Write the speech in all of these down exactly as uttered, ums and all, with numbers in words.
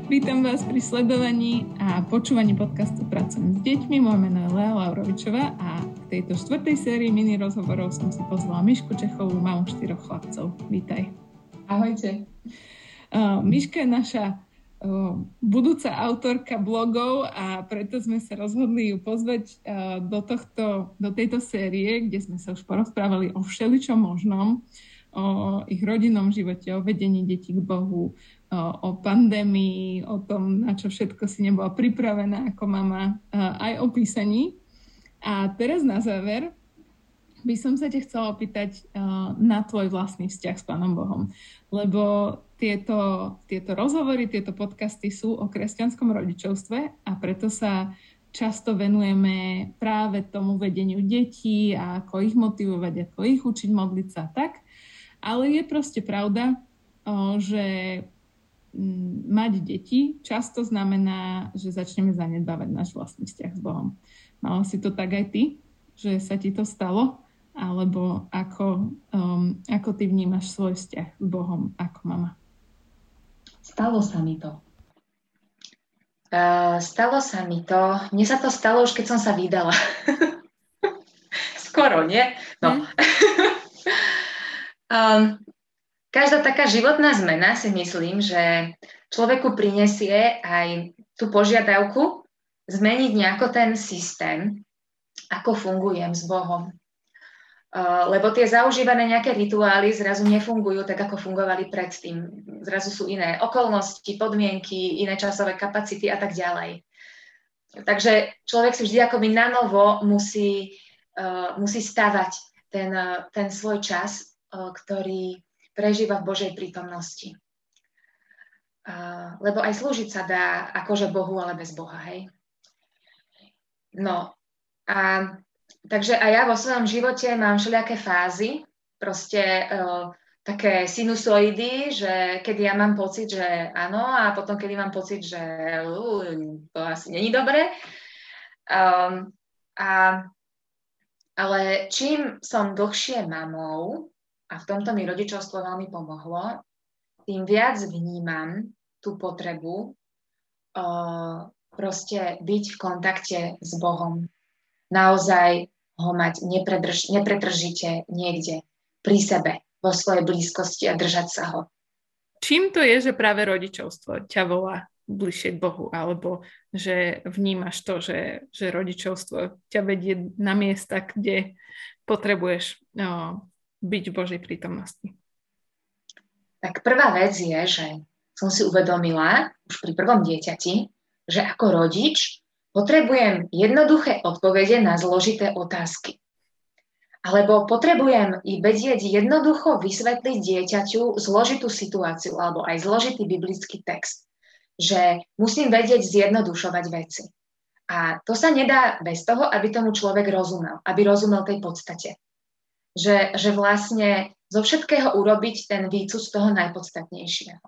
Vítam vás pri sledovaní a počúvaní podcastu Pracujem s deťmi. Moje meno je Lea Laurovičová a v tejto štvrtej sérii mini rozhovorov som si pozvala Mišku Čechovú, mamu štyroch chlapcov. Vítaj. Ahojte. Uh, Miška je naša uh, budúca autorka blogov a preto sme sa rozhodli ju pozvať uh, do, tohto, do tejto série, kde sme sa už porozprávali o všeličom možnom, o ich rodinnom živote, o vedení detí k Bohu, o pandémii, o tom, na čo všetko si nebola pripravená ako mama, aj o písaní. A teraz na záver by som sa ťa chcela opýtať na tvoj vlastný vzťah s Pánom Bohom. Lebo tieto, tieto rozhovory, tieto podcasty sú o kresťanskom rodičovstve a preto sa často venujeme práve tomu vedeniu detí a ako ich motivovať, ako ich učiť modliť sa tak. Ale je proste pravda, že mať deti často znamená, že začneme zanedbávať náš vlastný vzťah s Bohom. Mala si to tak aj ty, že sa ti to stalo? Alebo ako, um, ako ty vnímaš svoj vzťah s Bohom ako mama? Stalo sa mi to. Uh, stalo sa mi to. Mne sa to stalo už, keď som sa vydala. Skoro, nie? No. um, Každá taká životná zmena si myslím, že človeku prinesie aj tú požiadavku zmeniť nejako ten systém, ako fungujem s Bohom. Uh, lebo tie zaužívané nejaké rituály zrazu nefungujú tak, ako fungovali predtým. Zrazu sú iné okolnosti, podmienky, iné časové kapacity a tak ďalej. Takže človek si vždy akoby na novo musí, uh, musí stavať ten, uh, ten svoj čas, uh, ktorý prežíva v Božej prítomnosti. Uh, lebo aj slúžiť sa dá akože Bohu, ale bez Boha, hej. No, a takže aj ja vo svojom živote mám všelijaké fázy, proste uh, také sinusoidy, že kedy ja mám pocit, že áno, a potom kedy mám pocit, že uh, to asi není dobre. Um, a, ale čím som dlhšie mamou, a v tomto mi rodičovstvo veľmi pomohlo, tým viac vnímam tú potrebu uh, proste byť v kontakte s Bohom. Naozaj ho mať nepredrž, nepretržite niekde pri sebe, vo svojej blízkosti a držať sa ho. Čím to je, že práve rodičovstvo ťa volá bližšie k Bohu, alebo že vnímaš to, že, že rodičovstvo ťa vedie na miesta, kde potrebuješ uh, byť v Božej prítomnosti? Tak prvá vec je, že som si uvedomila už pri prvom dieťati, že ako rodič potrebujem jednoduché odpovede na zložité otázky. Alebo potrebujem i vedieť jednoducho vysvetliť dieťaťu zložitú situáciu alebo aj zložitý biblický text. Že musím vedieť zjednodušovať veci. A to sa nedá bez toho, aby tomu človek rozumel, aby rozumel tej podstate. Že, že vlastne zo všetkého urobiť ten výcud z toho najpodstatnejšieho.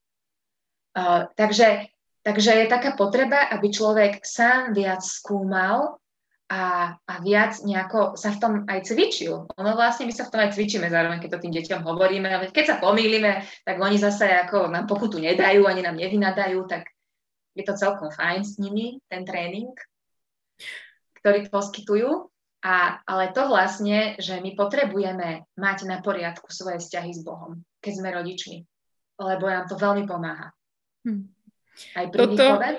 Uh, takže, takže je taká potreba, aby človek sám viac skúmal a, a viac nejako sa v tom aj cvičil. Ono vlastne my sa v tom aj cvičíme zároveň, keď to tým deťom hovoríme, ale keď sa pomýlime, tak oni zase ako nám pokutu nedajú, ani nám nevynadajú, tak je to celkom fajn s nimi, ten tréning, ktorý poskytujú. A, ale to vlastne, že my potrebujeme mať na poriadku svoje vzťahy s Bohom, keď sme rodičmi, lebo nám to veľmi pomáha. Hm. Aj pri toto, výchove?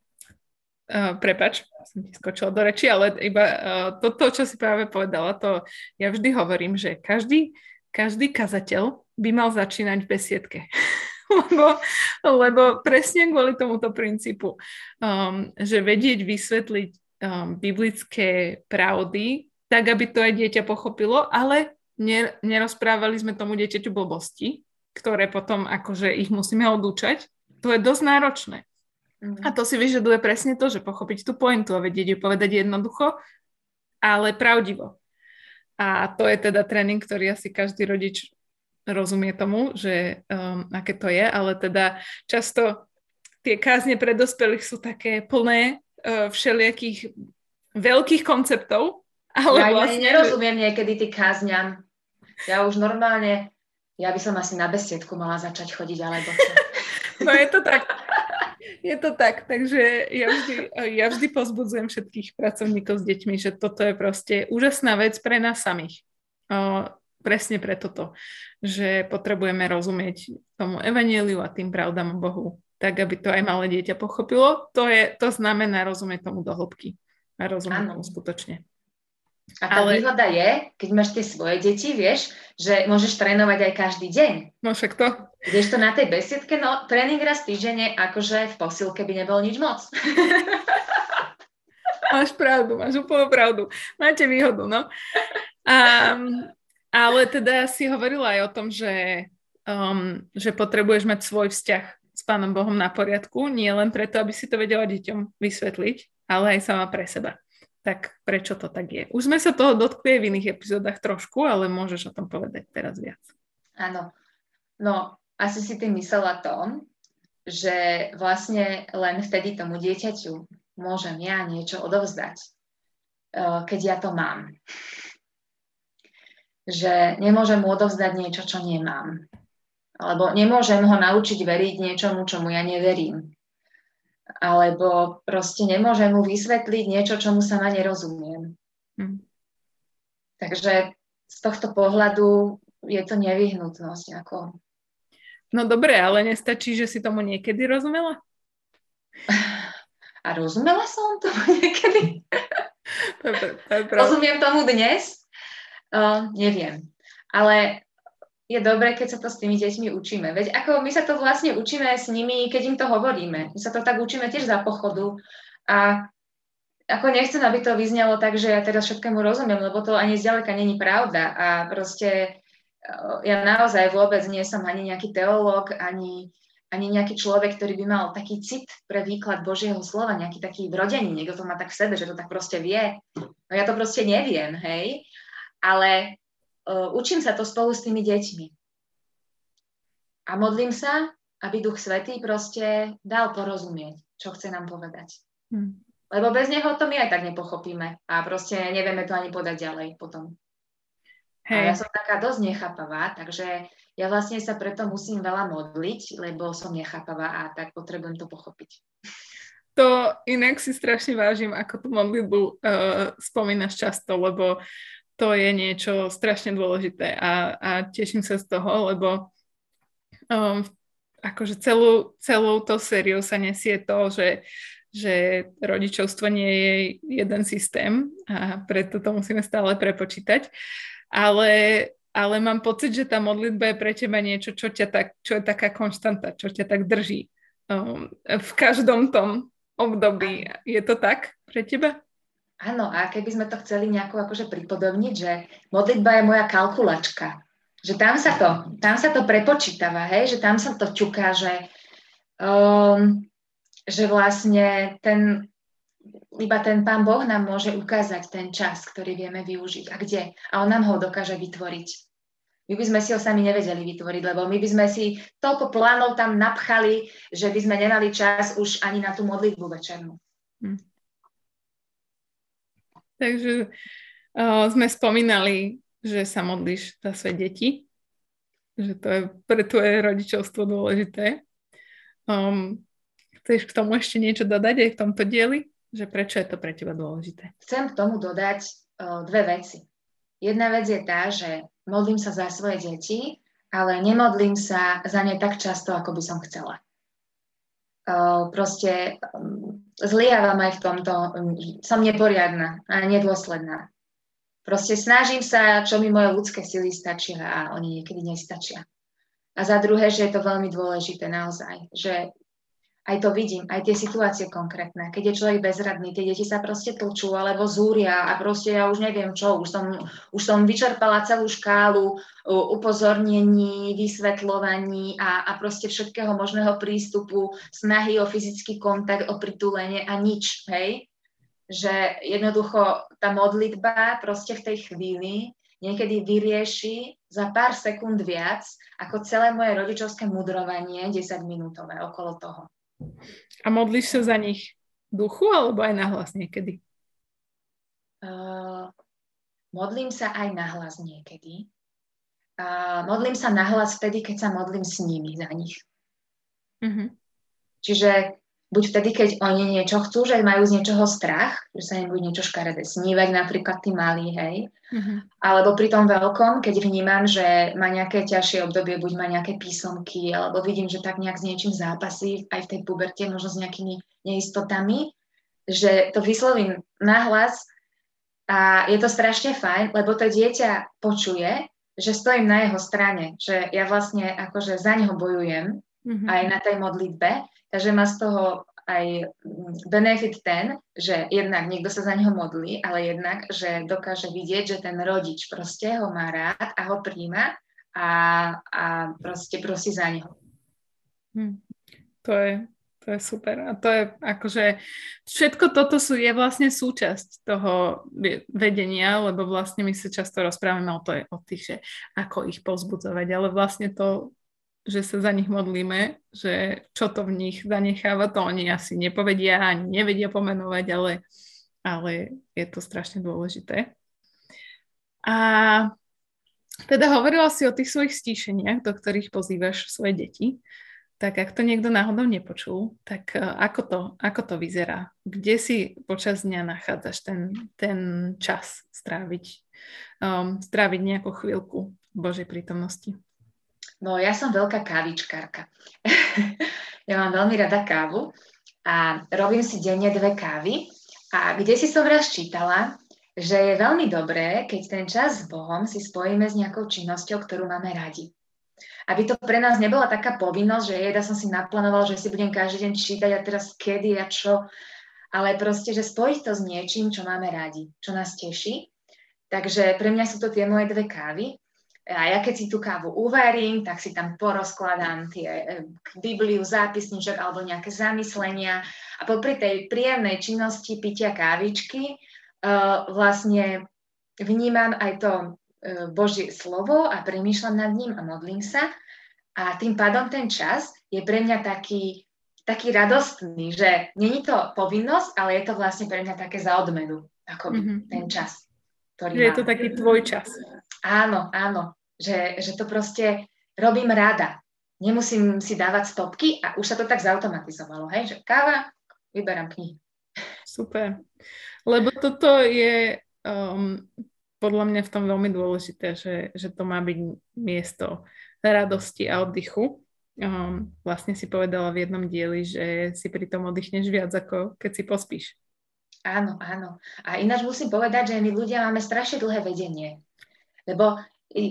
Uh, prepač, som ti skočila do reči, ale iba uh, toto, čo si práve povedala, to ja vždy hovorím, že každý, každý kazateľ by mal začínať v besiedke. lebo, lebo presne kvôli tomuto princípu, um, že vedieť vysvetliť Um, biblické pravdy, tak aby to aj dieťa pochopilo, ale ner- nerozprávali sme tomu dieťaťu blbosti, ktoré potom akože ich musíme odúčať. To je dosť náročné. Mm. A to si vyžaduje presne to, že pochopiť tú pointu a vedieť ju povedať jednoducho, ale pravdivo. A to je teda tréning, ktorý asi každý rodič rozumie tomu, že um, aké to je, ale teda často tie kázne pre dospelých sú také plné všelijakých veľkých konceptov. Ale ja vlastne... nerozumiem niekedy tým kázňam. Ja už normálne, ja by som asi na besiedku mala začať chodiť, alebo čo. No je to tak. Je to tak, takže ja vždy, ja vždy pozbudzujem všetkých pracovníkov s deťmi, že toto je proste úžasná vec pre nás samých. O, presne pre toto, že potrebujeme rozumieť tomu evanjeliu a tým pravdám o Bohu, tak aby to aj malé dieťa pochopilo. To, je, to znamená rozumieť tomu do hĺbky a rozumieť tomu skutočne. A tá Ale... výhoda je, keď máš tie svoje deti, vieš, že môžeš trénovať aj každý deň. No však to. Vieš to na tej besiedke, no tréning raz týždenne, akože v posilke by nebolo nič moc. Máš pravdu, máš úplnú pravdu. Máte výhodu, no. Um, ale teda si hovorila aj o tom, že, um, že potrebuješ mať svoj vzťah s Pánom Bohom na poriadku, nie len preto, aby si to vedela deťom vysvetliť, ale aj sama pre seba. Tak prečo to tak je? Už sme sa toho dotkli v iných epizódach trošku, ale môžeš o tom povedať teraz viac. Áno. No, asi si ty myslela to, že vlastne len vtedy tomu dieťaťu môžem ja niečo odovzdať, keď ja to mám. Že nemôžem mu odovzdať niečo, čo nemám. Alebo nemôžem ho naučiť veriť niečomu, čomu ja neverím. Alebo proste nemôžem mu vysvetliť niečo, čomu sama nerozumiem. Hm. Takže z tohto pohľadu je to nevyhnutnosť. Ako... No dobre, ale nestačí, že si tomu niekedy rozumela? A rozumela som tomu niekedy? to je, to je Rozumiem tomu dnes? Uh, neviem. Ale je dobré, keď sa to s tými deťmi učíme. Veď ako my sa to vlastne učíme s nimi, keď im to hovoríme. My sa to tak učíme tiež za pochodu. A ako nechcem, aby to vyznelo tak, že ja teraz všetkému rozumiem, lebo to ani zďaleka není pravda. A proste ja naozaj vôbec nie som ani nejaký teológ, ani, ani nejaký človek, ktorý by mal taký cit pre výklad Božieho slova, nejaký taký vrodený. Niekto to má tak v sebe, že to tak proste vie. No ja to proste neviem, hej. Ale Uh, učím sa to spolu s tými deťmi. A modlím sa, aby Duch Svätý proste dal porozumieť, čo chce nám povedať. Hmm. Lebo bez neho to my aj tak nepochopíme. A proste nevieme to ani podať ďalej potom. Hej. A ja som taká dosť nechápavá, takže ja vlastne sa preto musím veľa modliť, lebo som nechápavá a tak potrebujem to pochopiť. To inak si strašne vážim, ako tú modlitbu uh, spomínaš často, lebo to je niečo strašne dôležité a, a teším sa z toho, lebo um, akože celú, celou to sériou sa nesie to, že, že rodičovstvo nie je jeden systém a preto to musíme stále prepočítať, ale, ale mám pocit, že tá modlitba je pre teba niečo, čo, ťa tak, čo je taká konštanta, čo ťa tak drží um, v každom tom období. Je to tak pre teba? Áno, a keby sme to chceli nejako akože pripodobniť, že modlitba je moja kalkulačka, že tam sa to, tam sa to prepočítava, hej, že tam sa to ťuká, že, um, že vlastne ten, iba ten Pán Boh nám môže ukázať ten čas, ktorý vieme využiť a kde. A on nám ho dokáže vytvoriť. My by sme si ho sami nevedeli vytvoriť, lebo my by sme si toľko plánov tam napchali, že by sme nemali čas už ani na tú modlitbu večernú. Hm. Takže uh, sme spomínali, že sa modlíš za svoje deti, že to je pre tvoje rodičovstvo dôležité. Um, chceš k tomu ešte niečo dodať aj v tomto dieli? Že prečo je to pre teba dôležité? Chcem k tomu dodať uh, dve veci. Jedna vec je tá, že modlím sa za svoje deti, ale nemodlím sa za ne tak často, ako by som chcela. Uh, proste um, zlyhávam aj v tomto, um, som neporiadna a nedôsledná. Proste snažím sa, čo mi moje ľudské sily stačia a oni niekedy nestačia. A za druhé, že je to veľmi dôležité naozaj, že aj to vidím, aj tie situácie konkrétne. Keď je človek bezradný, tie deti sa proste tlčú alebo zúria a proste ja už neviem čo, už som, už som vyčerpala celú škálu upozornení, vysvetľovaní a, a proste všetkého možného prístupu, snahy o fyzický kontakt, o pritúlenie a nič, hej? Že jednoducho tá modlitba proste v tej chvíli niekedy vyrieši za pár sekúnd viac ako celé moje rodičovské mudrovanie desaťminútové okolo toho. A modlíš sa za nich v duchu alebo aj nahlas niekedy? Uh, modlím sa aj nahlas niekedy. Uh, modlím sa nahlas vtedy, keď sa modlím s nimi za nich. Uh-huh. Čiže buď vtedy, keď oni niečo chcú, že majú z niečoho strach, že sa im bude niečo škaredé snívať, napríklad tí malí, hej. Mm-hmm. Alebo pri tom veľkom, keď vnímam, že má nejaké ťažšie obdobie, buď má nejaké písomky, alebo vidím, že tak nejak s niečím zápasí aj v tej puberte, možno s nejakými neistotami, že to vyslovím nahlas a je to strašne fajn, lebo to dieťa počuje, že stojím na jeho strane, že ja vlastne akože za neho bojujem, mm-hmm. aj na tej modlitbe, takže má z toho aj benefit ten, že jednak niekto sa za neho modlí, ale jednak, že dokáže vidieť, že ten rodič proste ho má rád a ho príjma a, a proste prosí za neho. Hm. To je, to je super. A to je akože všetko toto sú, je vlastne súčasť toho vedenia, lebo vlastne my sa často rozprávame o, to, o tých, že ako ich povzbudzovať, ale vlastne to, že sa za nich modlíme, že čo to v nich zanecháva, to oni asi nepovedia, ani nevedia pomenovať, ale, ale je to strašne dôležité. A teda hovorila si o tých svojich stíšeniach, do ktorých pozývaš svoje deti. Tak ak to niekto náhodou nepočul, tak ako to, ako to vyzerá? Kde si počas dňa nachádzaš ten, ten čas stráviť, um, stráviť nejakú chvíľku v Božej prítomnosti? No, ja som veľká kávičkárka. Ja mám veľmi rada kávu a robím si denne dve kávy. A kde si som raz čítala, že je veľmi dobré, keď ten čas s Bohom si spojíme s nejakou činnosťou, ktorú máme radi. Aby to pre nás nebola taká povinnosť, že jeda som si naplánoval, že si budem každý deň čítať a teraz kedy a čo, ale proste, že spojiť to s niečím, čo máme radi, čo nás teší. Takže pre mňa sú to tie moje dve kávy. A ja keď si tú kávu uvarím, tak si tam porozkladám tie Bibliu, zápisníčok alebo nejaké zamyslenia a popri tej príjemnej činnosti pitia kávičky uh, vlastne vnímam aj to uh, Božie slovo a premýšľam nad ním a modlím sa a tým pádom ten čas je pre mňa taký, taký radostný, že není to povinnosť, ale je to vlastne pre mňa také za odmenu, akoby mm-hmm. ten čas, ktorý mám. Je to taký tvoj čas. Áno, áno. Že, že to proste robím rada. Nemusím si dávať stopky a už sa to tak zautomatizovalo, hej? Že káva, vyberám knihy. Super. Lebo toto je um, podľa mňa v tom veľmi dôležité, že, že to má byť miesto radosti a oddychu. Um, vlastne si povedala v jednom dieli, že si pri tom oddychneš viac, ako keď si pospíš. Áno, áno. A ináč musím povedať, že my ľudia máme strašne dlhé vedenie. Lebo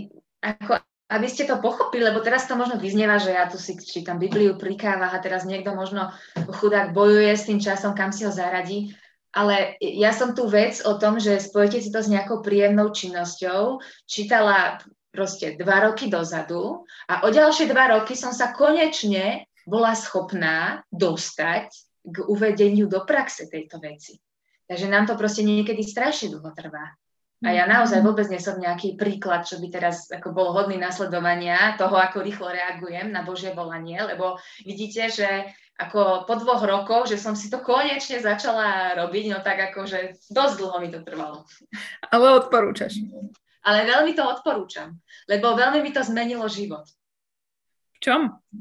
ako, aby ste to pochopili, lebo teraz to možno vyznieva, že ja tu si čítam Bibliu pri kávach a teraz niekto možno chudák bojuje s tým časom, kam si ho zaradí, ale ja som tu vec o tom, že spojite si to s nejakou príjemnou činnosťou, čítala proste dva roky dozadu a o ďalšie dva roky som sa konečne bola schopná dostať k uvedeniu do praxe tejto veci. Takže nám to proste niekedy strašne dlho trvá. A ja naozaj vôbec nie som nejaký príklad, čo by teraz ako bol hodný nasledovania toho, ako rýchlo reagujem na Božie volanie, lebo vidíte, že ako po dvoch rokoch, že som si to konečne začala robiť, no tak akože dosť dlho mi to trvalo. Ale odporúčaš. Ale veľmi to odporúčam, lebo veľmi mi to zmenilo život. V čom?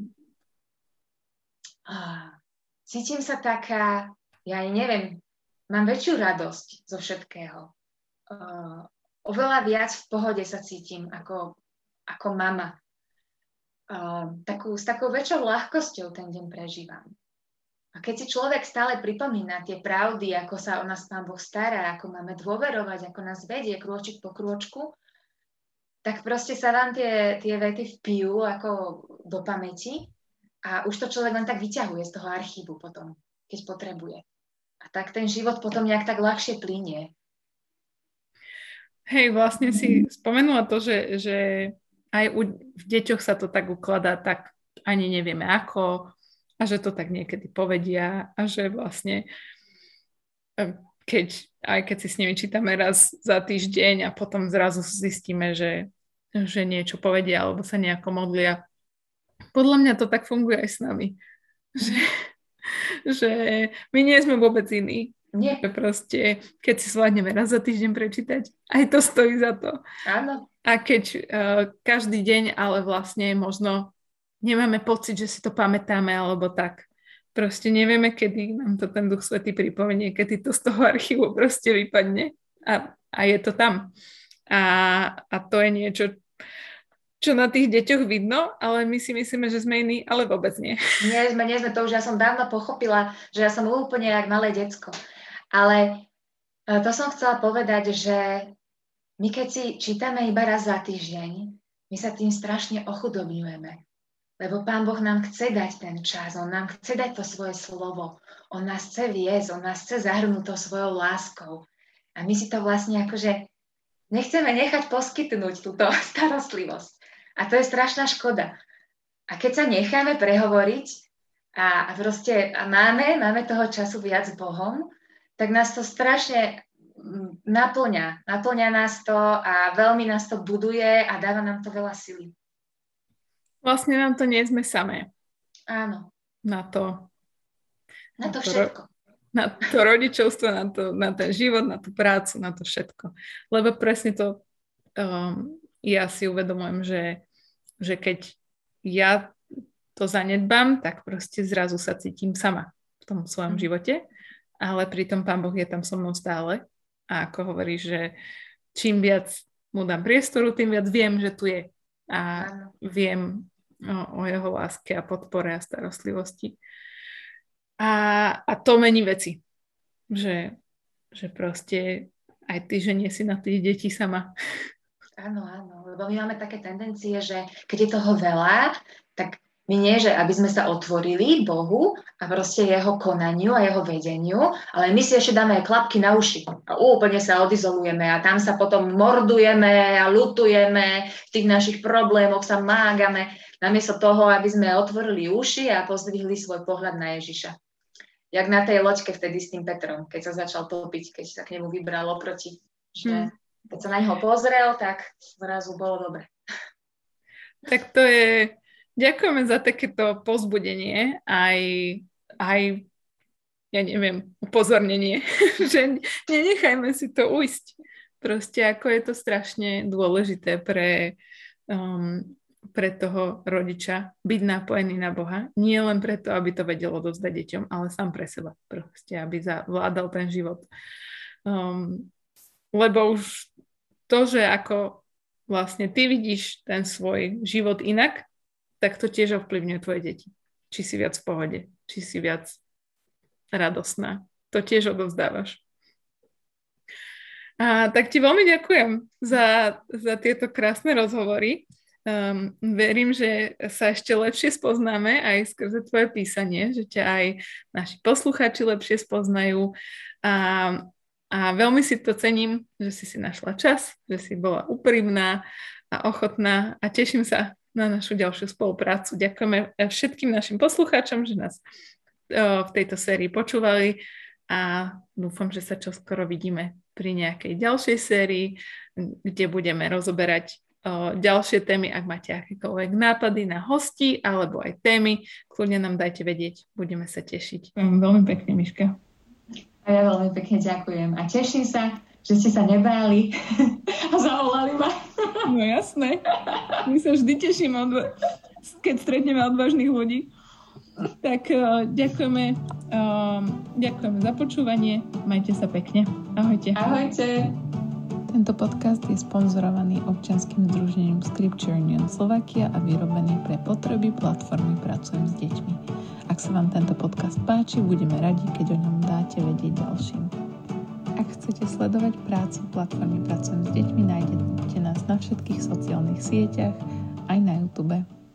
Cítim sa taká, ja neviem, mám väčšiu radosť zo všetkého. Uh, oveľa viac v pohode sa cítim ako, ako mama. Uh, takú, s takou väčšou ľahkosťou ten deň prežívam. A keď si človek stále pripomína tie pravdy, ako sa o nás Pán Boh stará, ako máme dôverovať, ako nás vedie krôčik po krôčku, tak proste sa vám tie, tie vety vpijú ako do pamäti a už to človek len tak vyťahuje z toho archívu potom, keď potrebuje. A tak ten život potom nejak tak ľahšie plynie. Hej, vlastne si spomenula to, že, že aj u, v deťoch sa to tak ukladá, tak ani nevieme ako a že to tak niekedy povedia a že vlastne keď, aj keď si s nimi čítame raz za týždeň a potom zrazu zistíme, že, že niečo povedia alebo sa nejako modlia. Podľa mňa to tak funguje aj s nami. Že, že my nie sme vôbec iní. Nie. Proste, keď si zvládneme raz za týždeň prečítať, aj to stojí za to. Áno. A keď uh, každý deň, ale vlastne možno nemáme pocit, že si to pamätáme, alebo tak, proste nevieme, kedy nám to ten Duch Svätý pripomenie, kedy to z toho archívu proste vypadne a, a je to tam. A, a to je niečo, čo na tých deťoch vidno, ale my si myslíme, že sme iní, ale vôbec nie. Nie sme, nie sme, to už ja som dávno pochopila, že ja som úplne jak malé decko. Ale to som chcela povedať, že my keď si čítame iba raz za týždeň, my sa tým strašne ochudobňujeme. Lebo Pán Boh nám chce dať ten čas, On nám chce dať to svoje slovo, On nás chce viesť, On nás chce zahrnúť to svojou láskou. A my si to vlastne akože nechceme nechať poskytnúť túto starostlivosť. A to je strašná škoda. A keď sa necháme prehovoriť a, a proste a máme, máme toho času viac s Bohom, tak nás to strašne naplňa. Naplňa nás to a veľmi nás to buduje a dáva nám to veľa sily. Vlastne nám to nie sme samé. Áno. Na to. Na to všetko. Na to rodičovstvo, na, to, na ten život, na tú prácu, na to všetko. Lebo presne to um, ja si uvedomujem, že, že keď ja to zanedbám, tak proste zrazu sa cítim sama v tom svojom živote, ale pritom Pán Boh je tam so mnou stále a ako hovorí, že čím viac mu dám priestoru, tým viac viem, že tu je a viem o, o jeho láske a podpore a starostlivosti. A, a to mení veci, že, že proste aj ty, že nie si na tých detí sama. Áno, áno, lebo my máme také tendencie, že keď je toho veľa, tak my nie, že aby sme sa otvorili Bohu a proste jeho konaniu a jeho vedeniu, ale my si ešte dáme aj klapky na uši a úplne sa odizolujeme a tam sa potom mordujeme a lutujeme, v tých našich problémoch sa mágame, namiesto toho, aby sme otvorili uši a pozdvihli svoj pohľad na Ježiša. Jak na tej loďke vtedy s tým Petrom, keď sa začal topiť, keď sa k nemu vybral oproti, že hmm. keď sa na neho pozrel, tak zrazu bolo dobre. Tak to je... Ďakujeme za takéto povzbudenie, aj, aj ja neviem, upozornenie, že nenechajme si to ujsť. Proste ako je to strašne dôležité pre, um, pre toho rodiča byť napojený na Boha. Nie len preto, aby to vedelo dovzdať deťom, ale sám pre seba. Proste, aby zavládal ten život. Um, lebo už to, že ako vlastne ty vidíš ten svoj život inak, tak to tiež ovplyvňuje tvoje deti. Či si viac v pohode, či si viac radosná. To tiež odovzdávaš. A tak ti veľmi ďakujem za, za tieto krásne rozhovory. Um, verím, že sa ešte lepšie spoznáme aj skrze tvoje písanie, že ťa aj naši poslucháči lepšie spoznajú. A, a veľmi si to cením, že si si našla čas, že si bola úprimná a ochotná a teším sa na našu ďalšiu spoluprácu. Ďakujeme všetkým našim poslucháčom, že nás v tejto sérii počúvali a dúfam, že sa čoskoro vidíme pri nejakej ďalšej sérii, kde budeme rozoberať ďalšie témy. Ak máte akékoľvek nápady na hosti alebo aj témy, kľudne nám dajte vedieť. Budeme sa tešiť. Veľmi pekne, Miška. A ja veľmi pekne ďakujem a teším sa, že ste sa nebáli a zavolali ma. No jasné. My sa vždy tešíme, odva- keď stretneme odvážnych ľudí. Tak uh, ďakujeme, um, ďakujeme za počúvanie. Majte sa pekne. Ahojte. Ahojte. Tento podcast je sponzorovaný občianskym združením Scripture Union Slovakia a vyrobený pre potreby platformy Pracujem s deťmi. Ak sa vám tento podcast páči, budeme radi, keď o ňom dáte vedieť ďalším. Ak chcete sledovať prácu platformy Pracujem s deťmi, nájdete nás na všetkých sociálnych sieťach, aj na YouTube.